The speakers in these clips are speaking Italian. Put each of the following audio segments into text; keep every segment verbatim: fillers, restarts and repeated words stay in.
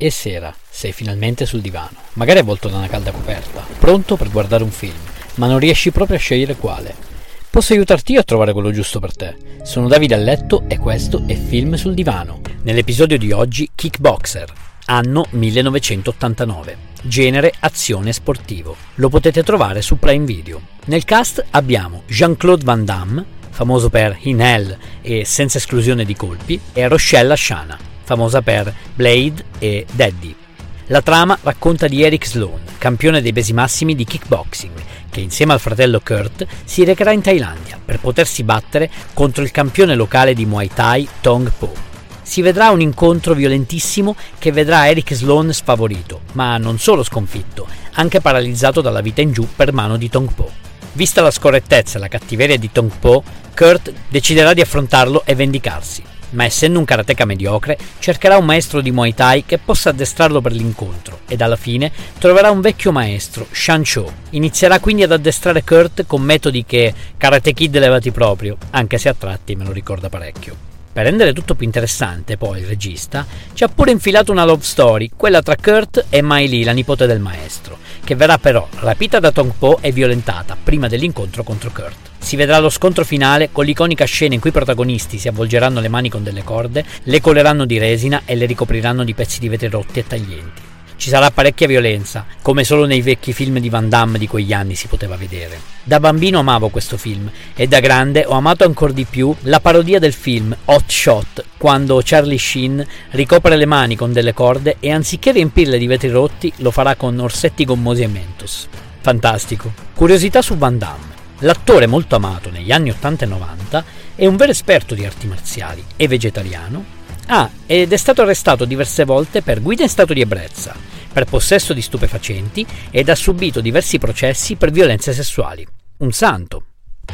È sera, sei finalmente sul divano, magari avvolto da una calda coperta, pronto per guardare un film, ma non riesci proprio a scegliere quale. Posso aiutarti io a trovare quello giusto per te. Sono Davide a letto e questo è Film sul divano. Nell'episodio di oggi Kickboxer, anno millenovecentottantanove, genere azione sportivo. Lo potete trovare su Prime Video. Nel cast abbiamo Jean-Claude Van Damme, famoso per In Hell e Senza esclusione di colpi, e Rochelle Ashana, famosa per Blade e Daddy. La trama racconta di Eric Sloan, campione dei pesi massimi di kickboxing, che insieme al fratello Kurt si recherà in Thailandia per potersi battere contro il campione locale di Muay Thai Tong Po. Si vedrà un incontro violentissimo che vedrà Eric Sloan sfavorito, ma non solo sconfitto, anche paralizzato dalla vita in giù per mano di Tong Po. Vista la scorrettezza e la cattiveria di Tong Po, Kurt deciderà di affrontarlo e vendicarsi. Ma essendo un karateka mediocre, cercherà un maestro di Muay Thai che possa addestrarlo per l'incontro ed alla fine troverà un vecchio maestro, Shan Cho. Inizierà quindi ad addestrare Kurt con metodi che Karate Kid levati proprio, anche se a tratti me lo ricorda parecchio. Per rendere tutto più interessante, poi, il regista ci ha pure infilato una love story, quella tra Kurt e Mai Li, la nipote del maestro, che verrà però rapita da Tong Po e violentata prima dell'incontro contro Kurt. Si vedrà lo scontro finale con l'iconica scena in cui i protagonisti si avvolgeranno le mani con delle corde, le coleranno di resina e le ricopriranno di pezzi di vetri rotti e taglienti. Ci sarà parecchia violenza, come solo nei vecchi film di Van Damme di quegli anni si poteva vedere. Da bambino amavo questo film e da grande ho amato ancora di più la parodia del film Hot Shot, quando Charlie Sheen ricopre le mani con delle corde e anziché riempirle di vetri rotti lo farà con orsetti gommosi e mentos. Fantastico. Curiosità su Van Damme. L'attore molto amato negli anni ottanta e novanta è un vero esperto di arti marziali, è vegetariano. Ah, ed è stato arrestato diverse volte per guida in stato di ebbrezza, per possesso di stupefacenti ed ha subito diversi processi per violenze sessuali. Un santo.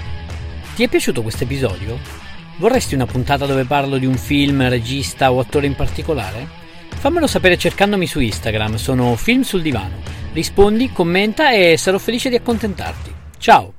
Ti è piaciuto questo episodio? Vorresti una puntata dove parlo di un film, regista o attore in particolare? Fammelo sapere cercandomi su Instagram, sono Film sul divano. Rispondi, commenta e sarò felice di accontentarti. Ciao!